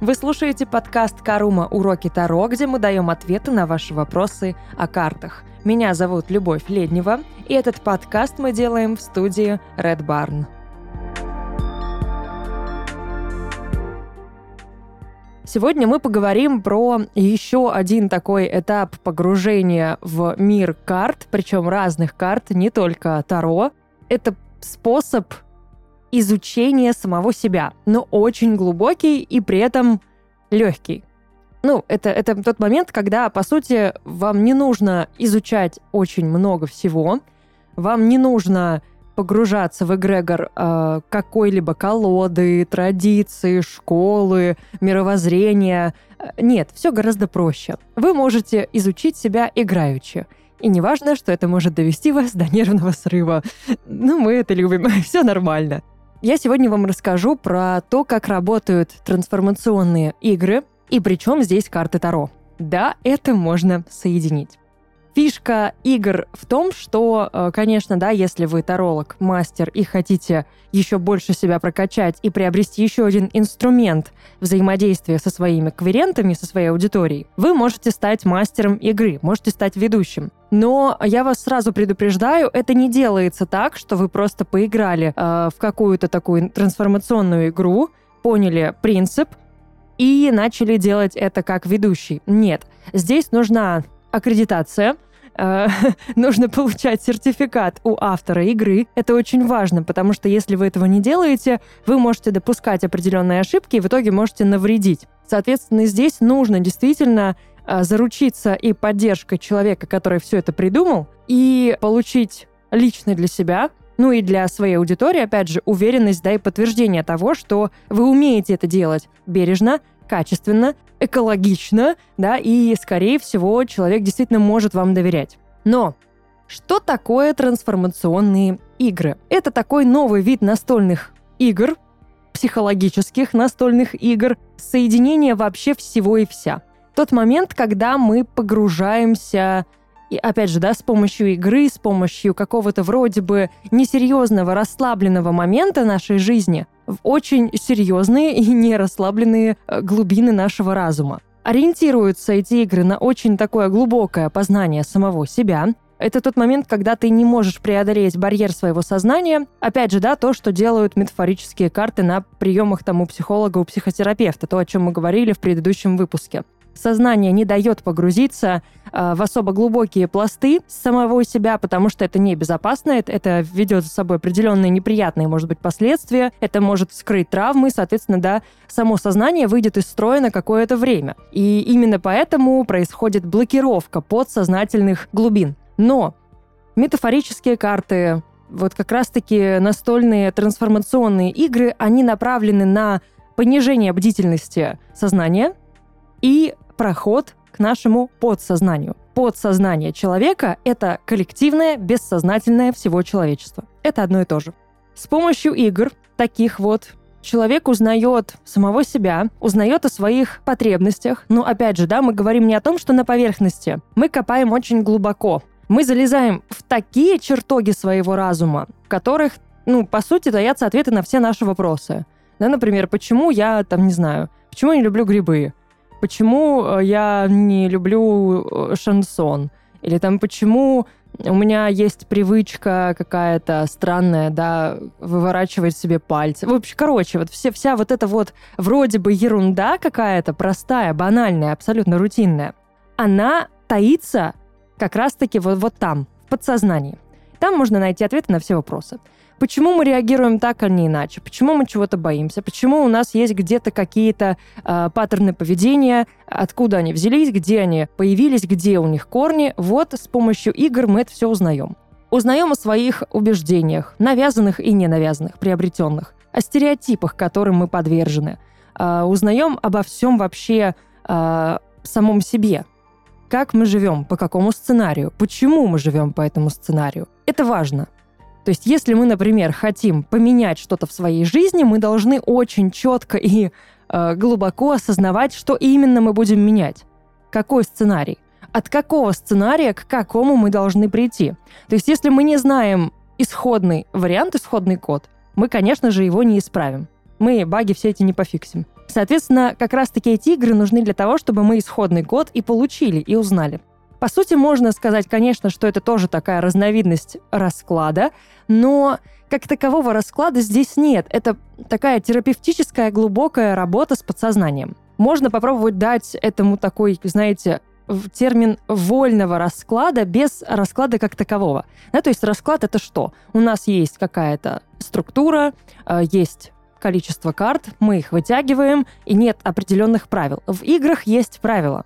Вы слушаете подкаст «Карума. Уроки Таро», где мы даем ответы на ваши вопросы о картах. Меня зовут Любовь Леднева, и этот подкаст мы делаем в студии Red Barn. Сегодня мы поговорим про еще один такой этап погружения в мир карт, причем разных карт, не только Таро. Это способ изучения самого себя, но очень глубокий и при этом легкий. Это тот момент, когда, по сути, вам не нужно изучать очень много всего, вам не нужно погружаться в эгрегор какой-либо колоды, традиции, школы, мировоззрения. Нет, все гораздо проще. Вы можете изучить себя играючи. И не важно, что это может довести вас до нервного срыва. Мы это любим, все нормально. Я сегодня вам расскажу про то, как работают трансформационные игры, и причем здесь карты Таро. Да, это можно соединить. Фишка игр в том, что, конечно, да, если вы таролог, мастер и хотите еще больше себя прокачать и приобрести еще один инструмент взаимодействия со своими кверентами, со своей аудиторией, вы можете стать мастером игры, можете стать ведущим. Но я вас сразу предупреждаю, это не делается так, что вы просто поиграли в какую-то такую трансформационную игру, поняли принцип и начали делать это как ведущий. Нет, здесь нужна аккредитация, нужно получать сертификат у автора игры. Это очень важно, потому что если вы этого не делаете, вы можете допускать определенные ошибки и в итоге можете навредить. Соответственно, здесь нужно действительно заручиться и поддержкой человека, который все это придумал, и получить лично для себя, и для своей аудитории, опять же, уверенность, да, и подтверждение того, что вы умеете это делать бережно, качественно, экологично, да, и, скорее всего, человек действительно может вам доверять. Но что такое трансформационные игры? Это такой новый вид настольных игр, психологических настольных игр, соединение вообще всего и вся. Тот момент, когда мы погружаемся, и опять же, да, с помощью игры, с помощью какого-то вроде бы несерьезного, расслабленного момента нашей жизни в очень серьезные и не расслабленные глубины нашего разума. Ориентируются эти игры на очень такое глубокое познание самого себя. Это тот момент, когда ты не можешь преодолеть барьер своего сознания. Опять же, да, то, что делают метафорические карты на приемах там у психолога, у психотерапевта, то, о чем мы говорили в предыдущем выпуске. Сознание не дает погрузиться в особо глубокие пласты самого себя, потому что это небезопасно, это ведет за собой определенные неприятные, может быть, последствия, это может вскрыть травмы, соответственно, да, само сознание выйдет из строя на какое-то время. И именно поэтому происходит блокировка подсознательных глубин. Но метафорические карты, вот как раз-таки настольные трансформационные игры, они направлены на понижение бдительности сознания и проход к нашему подсознанию. Подсознание человека — это коллективное, бессознательное всего человечества. Это одно и то же. С помощью игр таких вот человек узнает самого себя, узнает о своих потребностях. Но опять же, да, мы говорим не о том, что на поверхности. Мы копаем очень глубоко. Мы залезаем в такие чертоги своего разума, в которых, по сути, таятся ответы на все наши вопросы. Да, например, почему я, почему я не люблю грибы? Почему я не люблю шансон? Или почему у меня есть привычка какая-то странная, да, выворачивать себе пальцы. В общем, вот вся вот эта вот вроде бы ерунда какая-то простая, банальная, абсолютно рутинная, она таится как раз-таки вот там, в подсознании. Там можно найти ответы на все вопросы. Почему мы реагируем так, а не иначе? Почему мы чего-то боимся? Почему у нас есть где-то какие-то паттерны поведения? Откуда они взялись? Где они появились? Где у них корни? Вот с помощью игр мы это все узнаем. Узнаем о своих убеждениях, навязанных и ненавязанных, приобретенных, о стереотипах, которым мы подвержены. Узнаем обо всем вообще самом себе. Как мы живем, по какому сценарию, почему мы живем по этому сценарию. Это важно. То есть, если мы, например, хотим поменять что-то в своей жизни, мы должны очень четко и глубоко осознавать, что именно мы будем менять. Какой сценарий? От какого сценария к какому мы должны прийти? То есть, если мы не знаем исходный вариант, исходный код, мы, конечно же, его не исправим. мы баги все эти не пофиксим. Соответственно, как раз-таки эти игры нужны для того, чтобы мы исходный код и получили, и узнали. По сути, можно сказать, конечно, что это тоже такая разновидность расклада, но как такового расклада здесь нет. Это такая терапевтическая глубокая работа с подсознанием. Можно попробовать дать этому такой, знаете, термин вольного расклада без расклада как такового. Да, то есть расклад — это что? У нас есть какая-то структура, есть количество карт, мы их вытягиваем, и нет определенных правил. В играх есть правила.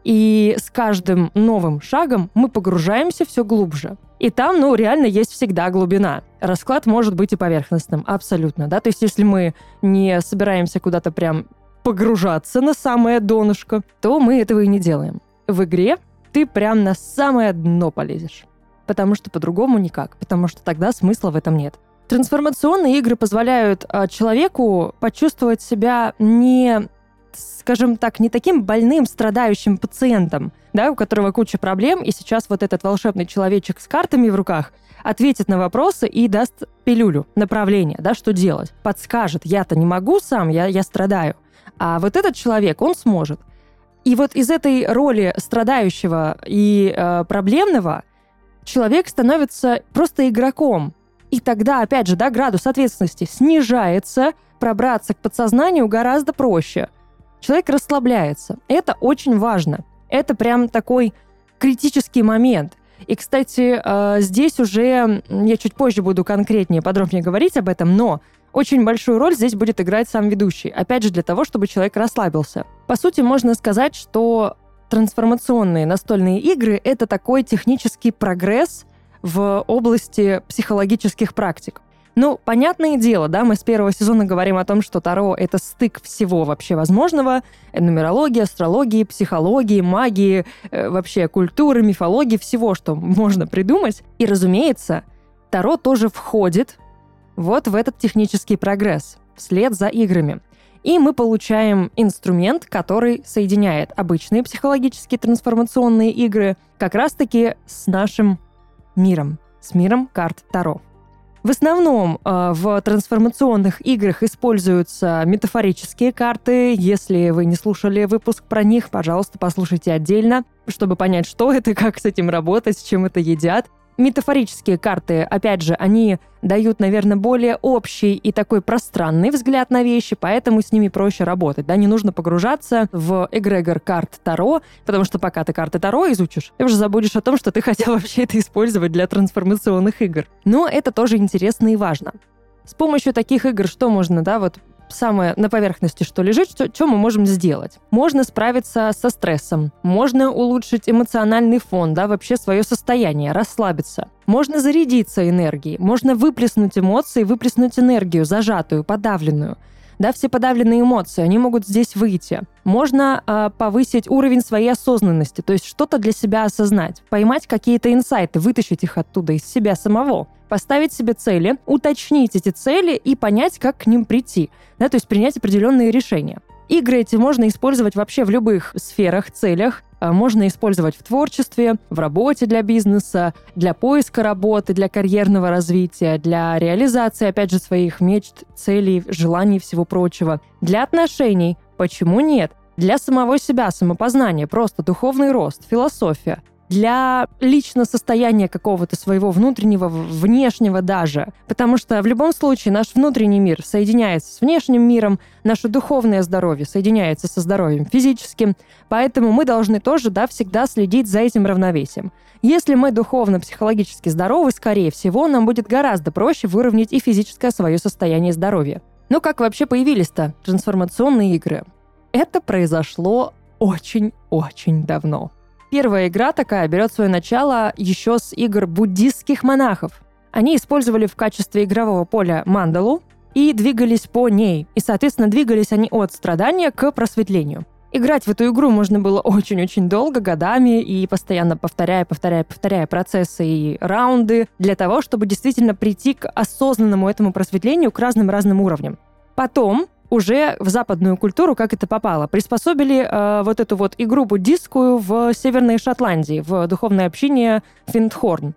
И с каждым новым шагом мы погружаемся все глубже. И там, реально есть всегда глубина. Расклад может быть и поверхностным, абсолютно, да. То есть если мы не собираемся куда-то прям погружаться на самое донышко, то мы этого и не делаем. В игре ты прям на самое дно полезешь. Потому что по-другому никак. Потому что тогда смысла в этом нет. Трансформационные игры позволяют человеку почувствовать себя не, скажем так, не таким больным, страдающим пациентом, да, у которого куча проблем, и сейчас вот этот волшебный человечек с картами в руках ответит на вопросы и даст пилюлю, направление, да, что делать. Подскажет: я-то не могу сам, я страдаю. А вот этот человек, он сможет. И вот из этой роли страдающего и проблемного человек становится просто игроком. И тогда, опять же, да, градус ответственности снижается, пробраться к подсознанию гораздо проще. Человек расслабляется. Это очень важно. Это прям такой критический момент. И, кстати, здесь уже я чуть позже буду конкретнее, подробнее говорить об этом, но очень большую роль здесь будет играть сам ведущий. Опять же, для того, чтобы человек расслабился. По сути, можно сказать, что трансформационные настольные игры — это такой технический прогресс в области психологических практик. Понятное дело, да, мы с первого сезона говорим о том, что Таро — это стык всего вообще возможного: нумерологии, астрологии, психологии, магии, вообще культуры, мифологии, всего, что можно придумать. И, разумеется, Таро тоже входит вот в этот технический прогресс вслед за играми. И мы получаем инструмент, который соединяет обычные психологические трансформационные игры как раз-таки с нашим миром, с миром карт Таро. В основном в трансформационных играх используются метафорические карты. Если вы не слушали выпуск про них, пожалуйста, послушайте отдельно, чтобы понять, что это, как с этим работать, с чем это едят. Метафорические карты, опять же, они дают, наверное, более общий и такой пространный взгляд на вещи, поэтому с ними проще работать. Да? Не нужно погружаться в эгрегор карт Таро, потому что пока ты карты Таро изучишь, ты уже забудешь о том, что ты хотел вообще это использовать для трансформационных игр. Но это тоже интересно и важно. С помощью таких игр что можно, да, вот самое на поверхности, что лежит, что мы можем сделать? Можно справиться со стрессом, можно улучшить эмоциональный фон, да, вообще свое состояние, расслабиться. Можно зарядиться энергией, можно выплеснуть эмоции, выплеснуть энергию, зажатую, подавленную. Да, все подавленные эмоции, они могут здесь выйти. Можно повысить уровень своей осознанности, то есть что-то для себя осознать, поймать какие-то инсайты, вытащить их оттуда, из себя самого, поставить себе цели, уточнить эти цели и понять, как к ним прийти, да, то есть принять определенные решения. Игры эти можно использовать вообще в любых сферах, целях. Можно использовать в творчестве, в работе для бизнеса, для поиска работы, для карьерного развития, для реализации, опять же, своих мечт, целей, желаний, всего прочего. Для отношений, почему нет? Для самого себя, самопознания, просто духовный рост, философия. Для лично состояния какого-то своего внутреннего, внешнего даже. Потому что в любом случае наш внутренний мир соединяется с внешним миром, наше духовное здоровье соединяется со здоровьем физическим, поэтому мы должны тоже, да, всегда следить за этим равновесием. Если мы духовно-психологически здоровы, скорее всего, нам будет гораздо проще выровнять и физическое свое состояние здоровья. Но как вообще появились-то трансформационные игры? Это произошло очень-очень давно. Первая игра такая берет свое начало еще с игр буддистских монахов. Они использовали в качестве игрового поля мандалу и двигались по ней. И, соответственно, двигались они от страдания к просветлению. Играть в эту игру можно было очень-очень долго, годами, и постоянно повторяя процессы и раунды для того, чтобы действительно прийти к осознанному этому просветлению, к разным уровням. Потом уже в западную культуру, как это попало, приспособили вот эту вот игру буддистскую в Северной Шотландии, в духовной общине Финдхорн.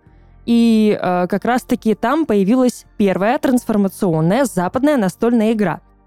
И как раз-таки там появилась первая трансформационная западная настольная игра.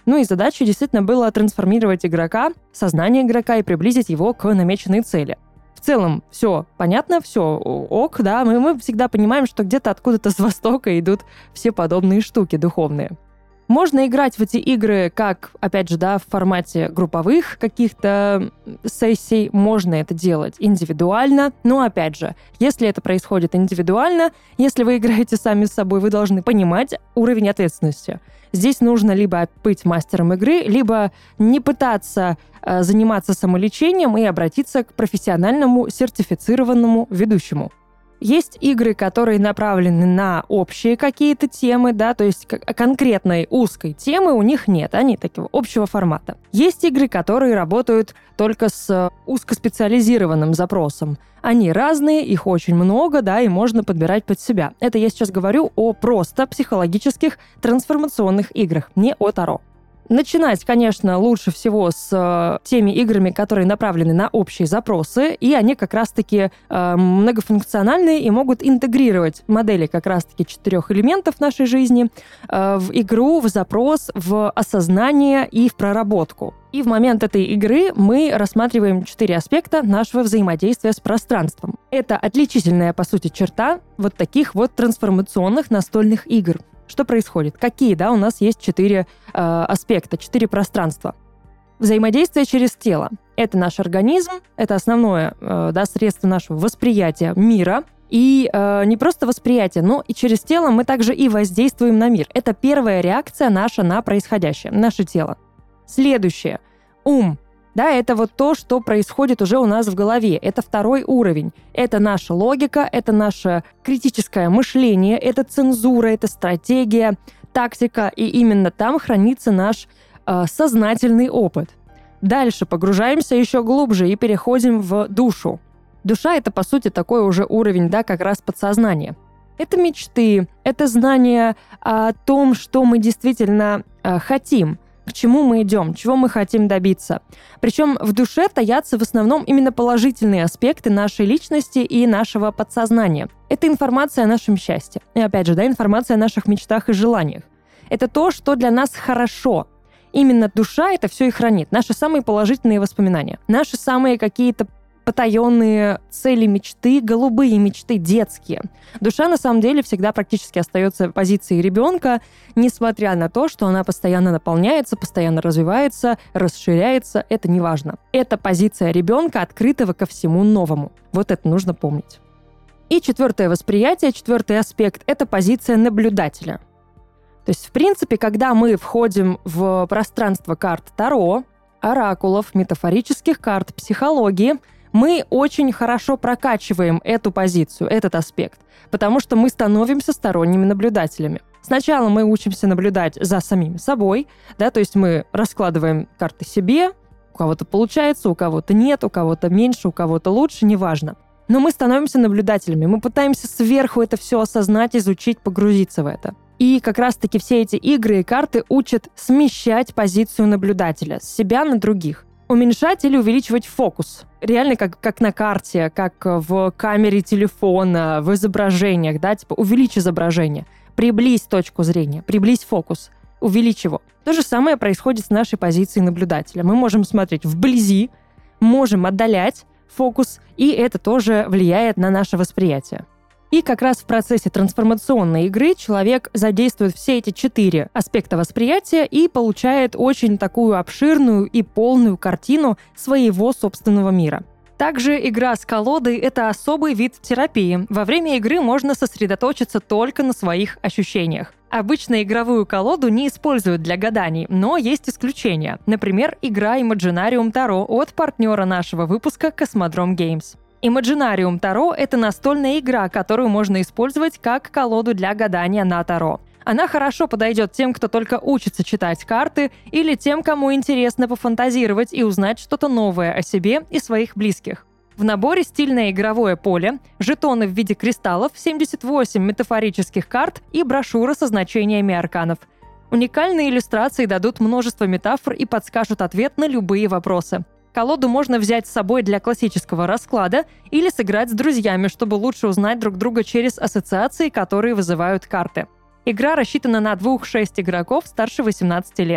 Ну и задачей действительно было трансформировать игрока, сознание игрока и приблизить его к намеченной цели. В целом все понятно, все ок, да, мы всегда понимаем, что где-то откуда-то с востока идут все подобные штуки духовные. Можно играть в эти игры как, опять же, да, в формате групповых каких-то сессий. Можно это делать индивидуально. Но, опять же, если это происходит индивидуально, если вы играете сами с собой, вы должны понимать уровень ответственности. Здесь нужно либо быть мастером игры, либо не пытаться заниматься самолечением и обратиться к профессиональному сертифицированному ведущему. Есть игры, которые направлены на общие какие-то темы, да, то есть конкретной узкой темы у них нет, они такого общего формата. Есть игры, которые работают только с узкоспециализированным запросом. Они разные, их очень много, да, и можно подбирать под себя. Это я сейчас говорю о просто психологических трансформационных играх, не о Таро. Начинать, конечно, лучше всего с теми играми, которые направлены на общие запросы, и они как раз-таки многофункциональные и могут интегрировать модели как раз-таки 4 элементов нашей жизни в игру, в запрос, в осознание и в проработку. И в момент этой игры мы рассматриваем 4 аспекта нашего взаимодействия с пространством. Это отличительная, по сути, черта вот таких вот трансформационных настольных игр. Что происходит? Какие, да, у нас есть 4 аспекта, 4 пространства. Взаимодействие через тело. Это наш организм, это основное средство нашего восприятия мира. И не просто восприятие, но и через тело мы также и воздействуем на мир. Это первая реакция наша на происходящее, наше тело. Следующее. Ум. Да, это вот то, что происходит уже у нас в голове. Это 2 уровень. Это наша логика, это наше критическое мышление, это цензура, это стратегия, тактика. И именно там хранится наш сознательный опыт. Дальше погружаемся еще глубже и переходим в душу. Душа — это, по сути, такой уже уровень, да, как раз подсознания. Это мечты, это знание о том, что мы действительно хотим, к чему мы идем, чего мы хотим добиться. Причем в душе таятся в основном именно положительные аспекты нашей личности и нашего подсознания. Это информация о нашем счастье. И опять же, да, информация о наших мечтах и желаниях. Это то, что для нас хорошо. Именно душа это все и хранит. Наши самые положительные воспоминания. Наши самые какие-то потаенные цели мечты, голубые мечты, детские. Душа, на самом деле, всегда практически остается в позиции ребенка, несмотря на то, что она постоянно наполняется, постоянно развивается, расширяется, это не важно. Это позиция ребенка, открытого ко всему новому. Вот это нужно помнить. И 4 восприятие, 4 аспект – это позиция наблюдателя. То есть, в принципе, когда мы входим в пространство карт Таро, оракулов, метафорических карт, психологии, мы очень хорошо прокачиваем эту позицию, этот аспект, потому что мы становимся сторонними наблюдателями. Сначала мы учимся наблюдать за самими собой, да, то есть мы раскладываем карты себе, у кого-то получается, у кого-то нет, у кого-то меньше, у кого-то лучше, неважно. Но мы становимся наблюдателями, мы пытаемся сверху это все осознать, изучить, погрузиться в это. И как раз-таки все эти игры и карты учат смещать позицию наблюдателя с себя на других. Уменьшать или увеличивать фокус. Реально как на карте, как в камере телефона, в изображениях, да, типа увеличь изображение, приблизь точку зрения, приблизь фокус, увеличь его. То же самое происходит с нашей позицией наблюдателя. Мы можем смотреть вблизи, можем отдалять фокус, и это тоже влияет на наше восприятие. И как раз в процессе трансформационной игры человек задействует все эти 4 аспекта восприятия и получает очень такую обширную и полную картину своего собственного мира. Также игра с колодой – это особый вид терапии. Во время игры можно сосредоточиться только на своих ощущениях. Обычно игровую колоду не используют для гаданий, но есть исключения. Например, игра Imaginarium Tarot от партнера нашего выпуска Cosmodrome Games. Imaginarium Tarot – это настольная игра, которую можно использовать как колоду для гадания на Таро. Она хорошо подойдет тем, кто только учится читать карты, или тем, кому интересно пофантазировать и узнать что-то новое о себе и своих близких. В наборе стильное игровое поле, жетоны в виде кристаллов, 78 метафорических карт и брошюра со значениями арканов. Уникальные иллюстрации дадут множество метафор и подскажут ответ на любые вопросы. Колоду можно взять с собой для классического расклада или сыграть с друзьями, чтобы лучше узнать друг друга через ассоциации, которые вызывают карты. Игра рассчитана на 2-6 игроков старше 18 лет.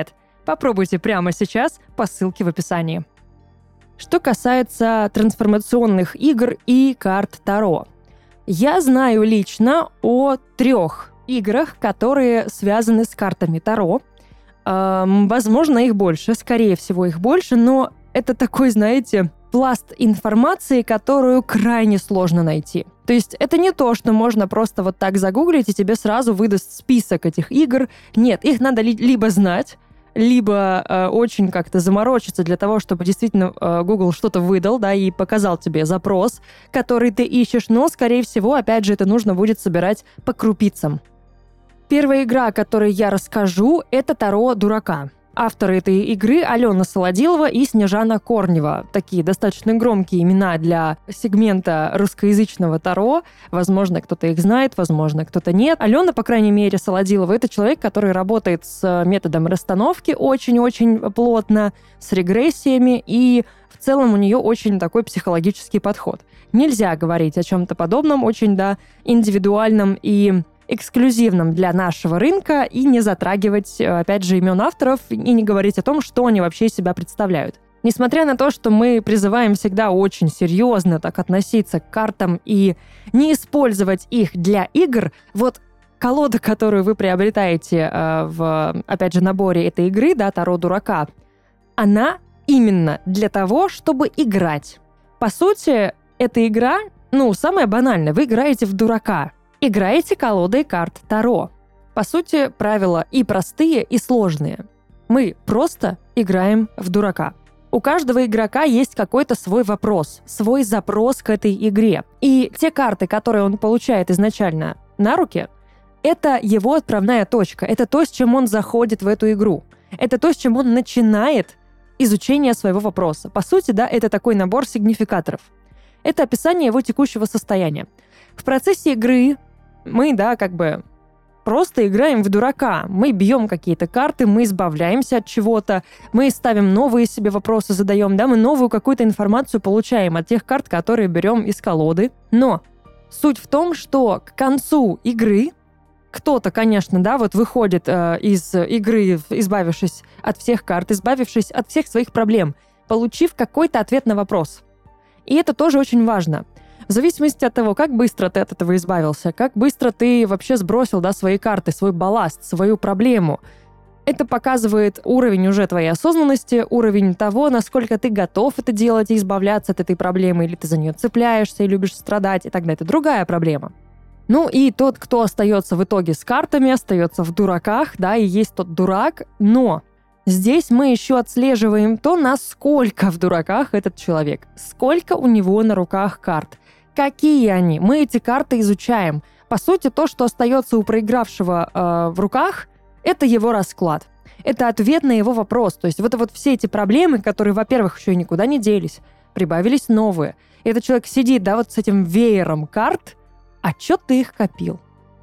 Попробуйте прямо сейчас по ссылке в описании. Что касается трансформационных игр и карт Таро. Я знаю лично о 3 играх, которые связаны с картами Таро. Возможно, их больше, скорее всего, их больше, но это такой, знаете, пласт информации, которую крайне сложно найти. То есть это не то, что можно просто вот так загуглить, и тебе сразу выдаст список этих игр. Нет, их надо либо знать, либо очень как-то заморочиться для того, чтобы действительно Google что-то выдал, да, и показал тебе запрос, который ты ищешь, но, скорее всего, опять же, это нужно будет собирать по крупицам. Первая игра, о которой я расскажу, это Таро Дурака. Авторы этой игры Алена Солодилова и Снежана Корнева. Такие достаточно громкие имена для сегмента русскоязычного Таро. Возможно, кто-то их знает, возможно, кто-то нет. Алена, по крайней мере, Солодилова, это человек, который работает с методом расстановки очень-очень плотно, с регрессиями, и в целом у нее очень такой психологический подход. Нельзя говорить о чем-то подобном, очень, да, индивидуальном и эксклюзивным для нашего рынка, и не затрагивать, опять же, имен авторов и не говорить о том, что они вообще из себя представляют. Несмотря на то, что мы призываем всегда очень серьезно так относиться к картам и не использовать их для игр, вот колода, которую вы приобретаете в, опять же, наборе этой игры, да, Таро Дурака, она именно для того, чтобы играть. По сути, эта игра, самая банальная, вы играете в дурака. Играете колодой карт Таро. По сути, правила и простые, и сложные. Мы просто играем в дурака. У каждого игрока есть какой-то свой вопрос, свой запрос к этой игре. И те карты, которые он получает изначально на руки, это его отправная точка. Это то, с чем он заходит в эту игру. Это то, с чем он начинает изучение своего вопроса. По сути, да, это такой набор сигнификаторов. Это описание его текущего состояния. В процессе игры мы, да, просто играем в дурака. Мы бьем какие-то карты, мы избавляемся от чего-то, мы ставим новые себе вопросы, задаем, да, мы новую какую-то информацию получаем от тех карт, которые берем из колоды. Но суть в том, что к концу игры кто-то, конечно, да, вот выходит из игры, избавившись от всех карт, избавившись от всех своих проблем, получив какой-то ответ на вопрос. И это тоже очень важно. В зависимости от того, как быстро ты от этого избавился, как быстро ты вообще сбросил, да, свои карты, свой балласт, свою проблему, это показывает уровень уже твоей осознанности, уровень того, насколько ты готов это делать и избавляться от этой проблемы, или ты за нее цепляешься и любишь страдать, и тогда это другая проблема. И тот, кто остается в итоге с картами, остается в дураках, да, и есть тот дурак, но здесь мы еще отслеживаем то, насколько в дураках этот человек, сколько у него на руках карт. Какие они? Мы эти карты изучаем. По сути, то, что остается у проигравшего в руках, это его расклад. Это ответ на его вопрос. То есть вот все эти проблемы, которые, во-первых, еще и никуда не делись, прибавились новые. И этот человек сидит, да, вот с этим веером карт. А чё ты их копил?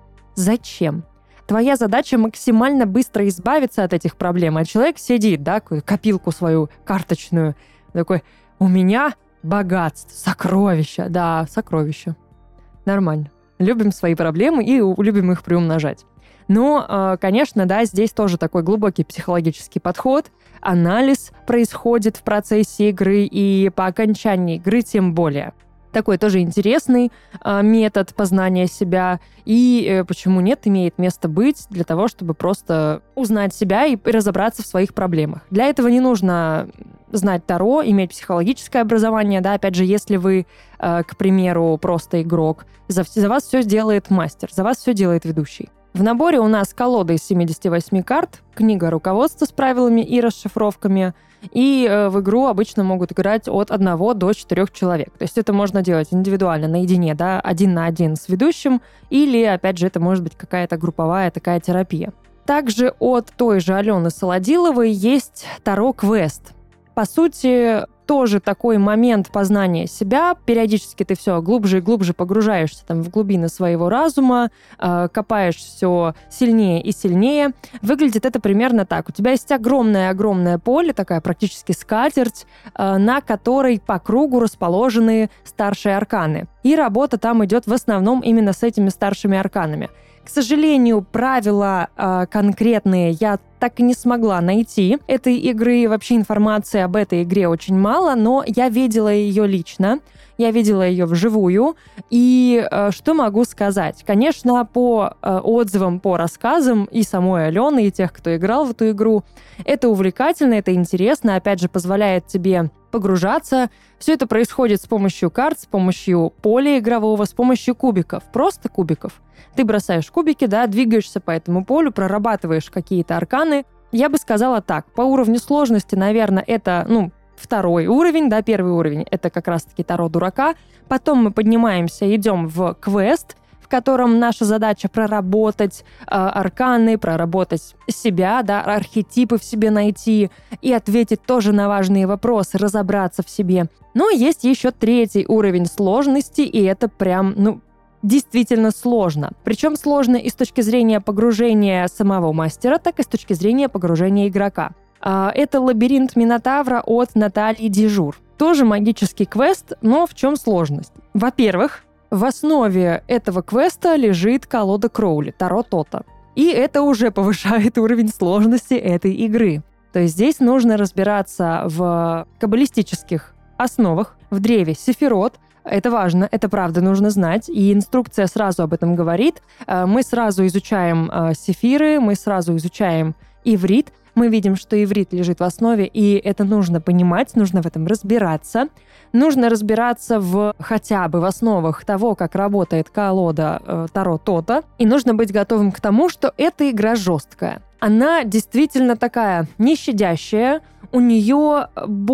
Зачем? Твоя задача максимально быстро избавиться от этих проблем. А человек сидит, да, копилку свою карточную, такой, у меня богатство, сокровища. Да, сокровища. Нормально. Любим свои проблемы и любим их приумножать. Но, конечно, да, здесь тоже такой глубокий психологический подход. Анализ происходит в процессе игры, и по окончании игры тем более. Такой тоже интересный метод познания себя. И почему нет, имеет место быть для того, чтобы просто узнать себя и разобраться в своих проблемах. Для этого не нужно знать Таро, иметь психологическое образование. Да? Опять же, если вы, к примеру, просто игрок, за вас все делает мастер, за вас все делает ведущий. В наборе у нас колода из 78 карт, книга руководства с правилами и расшифровками, и в игру обычно могут играть от 1 до 4 человек. То есть это можно делать индивидуально, наедине, да, 1 на 1 с ведущим, или, опять же, это может быть какая-то групповая такая терапия. Также от той же Алены Солодиловой есть Таро-квест. По сути, тоже такой момент познания себя. Периодически ты все глубже и глубже погружаешься в глубины своего разума, копаешь все сильнее и сильнее. Выглядит это примерно так. У тебя есть огромное-огромное поле, такая практически скатерть, на которой по кругу расположены старшие арканы. И работа там идет в основном именно с этими старшими арканами. К сожалению, правила конкретные я так и не смогла найти этой игры, вообще информации об этой игре очень мало, но я видела ее лично, я видела ее вживую, и что могу сказать? Конечно, по отзывам, по рассказам и самой Алены, и тех, кто играл в эту игру, это увлекательно, это интересно, опять же, позволяет тебе погружаться. Все это происходит с помощью карт, с помощью поля игрового, с помощью кубиков, просто кубиков. Ты бросаешь кубики, да, двигаешься по этому полю, прорабатываешь какие-то арканы. Я бы сказала так, по уровню сложности, наверное, это, второй уровень, да, первый уровень — это как раз-таки Таро дурака. Потом мы поднимаемся, идем в квест, в котором наша задача проработать арканы, проработать себя, да, архетипы в себе найти и ответить тоже на важные вопросы, разобраться в себе. Но есть еще третий уровень сложности, и это прям, действительно сложно. Причем сложно и с точки зрения погружения самого мастера, так и с точки зрения погружения игрока. Это лабиринт Минотавра от Натальи Дежур. Тоже магический квест, но в чем сложность? Во-первых, в основе этого квеста лежит колода Кроули, Таро Тота. И это уже повышает уровень сложности этой игры. То есть здесь нужно разбираться в каббалистических основах, в древе Сефирот. Это важно, это правда нужно знать, и инструкция сразу об этом говорит. Мы сразу изучаем сефиры, мы сразу изучаем иврит. Мы видим, что иврит лежит в основе, и это нужно понимать, нужно в этом разбираться. Нужно разбираться хотя бы в основах того, как работает колода Таро Тота, и нужно быть готовым к тому, что эта игра жесткая. Она действительно такая нещадящая, у нее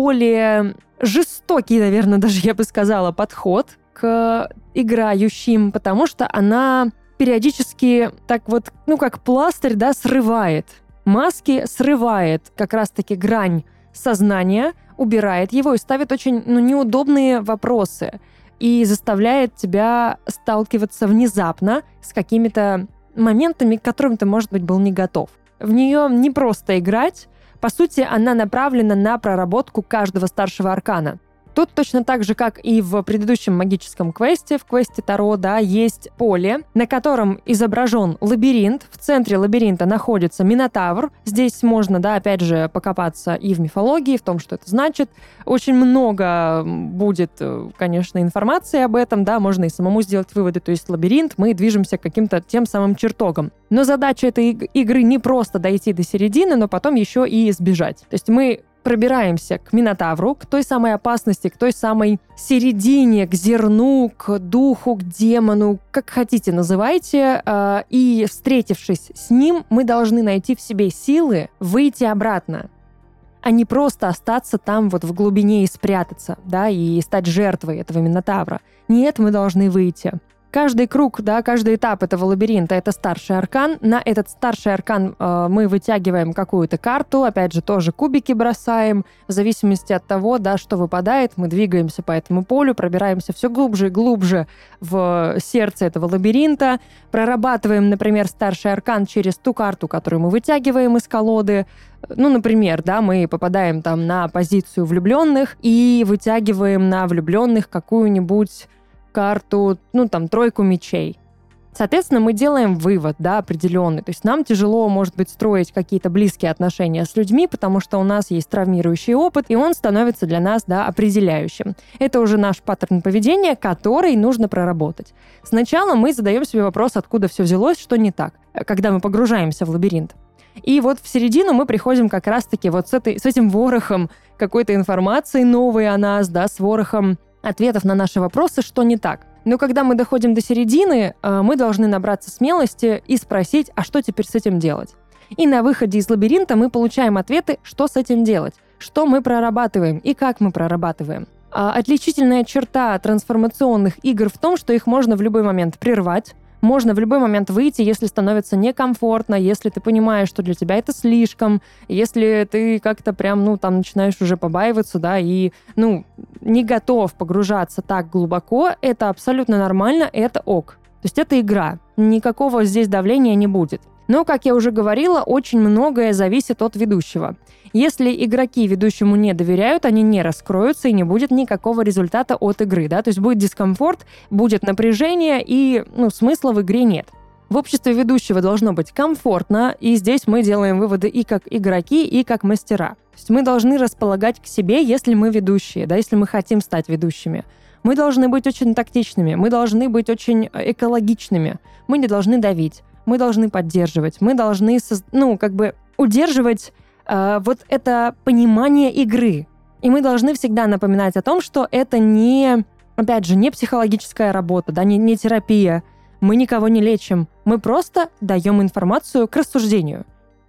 более жестокий, наверное, даже я бы сказала, подход к играющим, потому что она периодически так вот, как пластырь, да, срывает маски, срывает как раз-таки грань сознания, убирает его и ставит очень неудобные вопросы и заставляет тебя сталкиваться внезапно с какими-то моментами, к которым ты, может быть, был не готов. В нее не просто играть, по сути, она направлена на проработку каждого старшего аркана. Тут точно так же, как и в предыдущем магическом квесте, в квесте Таро, да, есть поле, на котором изображен лабиринт. В центре лабиринта находится Минотавр. Здесь можно, да, опять же, покопаться и в мифологии, в том, что это значит. Очень много будет, конечно, информации об этом, да, можно и самому сделать выводы. То есть лабиринт, мы движемся к каким-то тем самым чертогам. Но задача этой игры не просто дойти до середины, но потом еще и сбежать. То есть мы пробираемся к Минотавру, к той самой опасности, к той самой середине, к зерну, к духу, к демону, как хотите называйте, и, встретившись с ним, мы должны найти в себе силы выйти обратно, а не просто остаться там вот в глубине и спрятаться, да, и стать жертвой этого Минотавра. Нет, мы должны выйти. Каждый круг, да, каждый этап этого лабиринта — это старший аркан. На этот старший аркан мы вытягиваем какую-то карту, опять же, тоже кубики бросаем. В зависимости от того, да, что выпадает, мы двигаемся по этому полю, пробираемся все глубже и глубже в сердце этого лабиринта, прорабатываем, например, старший аркан через ту карту, которую мы вытягиваем из колоды. Например, да, мы попадаем там на позицию влюбленных и вытягиваем на влюбленных какую-нибудь карту, тройку мечей. Соответственно, мы делаем вывод, да, определенный. То есть нам тяжело, может быть, строить какие-то близкие отношения с людьми, потому что у нас есть травмирующий опыт, и он становится для нас, да, определяющим. Это уже наш паттерн поведения, который нужно проработать. Сначала мы задаем себе вопрос, откуда все взялось, что не так, когда мы погружаемся в лабиринт. И вот в середину мы приходим как раз-таки вот с этим ворохом какой-то информации новой о нас, да, с ворохом ответов на наши вопросы, что не так. Но когда мы доходим до середины, мы должны набраться смелости и спросить, а что теперь с этим делать? И на выходе из лабиринта мы получаем ответы, что с этим делать, что мы прорабатываем и как мы прорабатываем. Отличительная черта трансформационных игр в том, что их можно в любой момент прервать, можно в любой момент выйти, если становится некомфортно, если ты понимаешь, что для тебя это слишком, если ты как-то прям, начинаешь уже побаиваться, да, и, не готов погружаться так глубоко, это абсолютно нормально, это ок. То есть это игра, никакого здесь давления не будет. Но, как я уже говорила, очень многое зависит от ведущего. Если игроки ведущему не доверяют, они не раскроются, и не будет никакого результата от игры, да, то есть будет дискомфорт, будет напряжение, и, смысла в игре нет. В обществе ведущего должно быть комфортно, и здесь мы делаем выводы и как игроки, и как мастера. То есть мы должны располагать к себе, если мы ведущие, да, если мы хотим стать ведущими. Мы должны быть очень тактичными, мы должны быть очень экологичными, мы не должны давить, мы должны поддерживать, мы должны, удерживать вот это понимание игры. И мы должны всегда напоминать о том, что это не, опять же, не психологическая работа, да, не терапия. Мы никого не лечим. Мы просто даем информацию к рассуждению.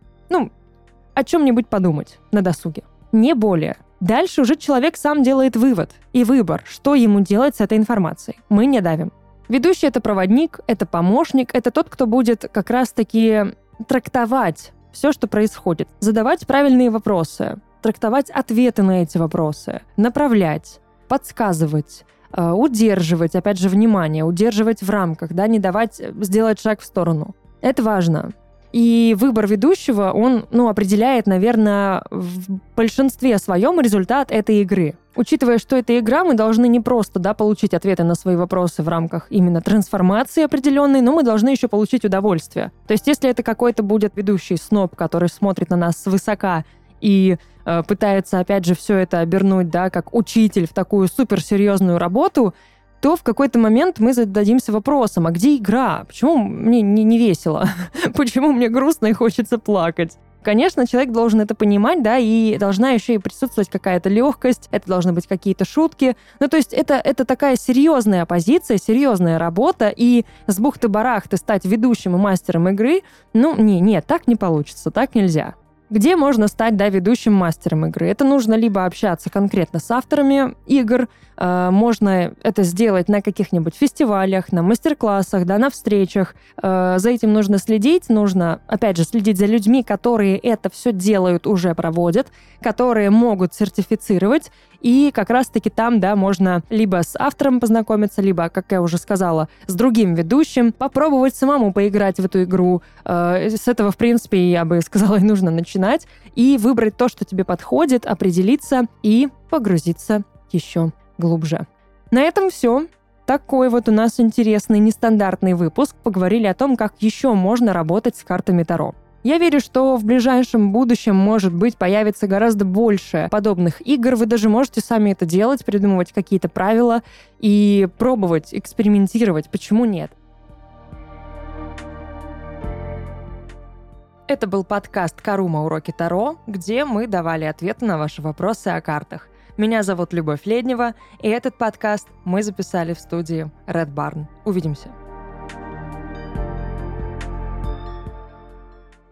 О чем-нибудь подумать на досуге. Не более. Дальше уже человек сам делает вывод и выбор, что ему делать с этой информацией. Мы не давим. Ведущий — это проводник, это помощник, это тот, кто будет как раз-таки трактовать все, что происходит, задавать правильные вопросы, трактовать ответы на эти вопросы, направлять, подсказывать, удерживать, опять же, внимание, удерживать в рамках, да, не давать сделать шаг в сторону. Это важно. И выбор ведущего, он, определяет, наверное, в большинстве своем результат этой игры. Учитывая, что это игра, мы должны не просто, получить ответы на свои вопросы в рамках именно трансформации определенной, но мы должны еще получить удовольствие. То есть, если это какой-то будет ведущий сноб, который смотрит на нас свысока и пытается, опять же, все это обернуть, как учитель в такую суперсерьезную работу, то в какой-то момент мы зададимся вопросом, а где игра? Почему мне не весело? Почему мне грустно и хочется плакать? Конечно, человек должен это понимать, и должна еще и присутствовать какая-то легкость, это должны быть какие-то шутки. То есть это такая серьезная позиция, серьезная работа, и с бухты-барахты стать ведущим и мастером игры, нет, так не получится, так нельзя. Где можно стать, ведущим мастером игры? Это нужно либо общаться конкретно с авторами игр, можно это сделать на каких-нибудь фестивалях, на мастер-классах, на встречах. За этим нужно следить, нужно, опять же, следить за людьми, которые это все делают, уже проводят, которые могут сертифицировать, и как раз-таки там, можно либо с автором познакомиться, либо, как я уже сказала, с другим ведущим, попробовать самому поиграть в эту игру. С этого, в принципе, я бы сказала, и нужно начинать, и выбрать то, что тебе подходит, определиться и погрузиться еще глубже. На этом все. Такой вот у нас интересный, нестандартный выпуск. Поговорили о том, как еще можно работать с картами Таро. Я верю, что в ближайшем будущем, может быть, появится гораздо больше подобных игр. Вы даже можете сами это делать, придумывать какие-то правила и пробовать, экспериментировать. Почему нет? Это был подкаст «Карума. Уроки Таро», где мы давали ответы на ваши вопросы о картах. Меня зовут Любовь Леднева, и этот подкаст мы записали в студии Red Barn. Увидимся.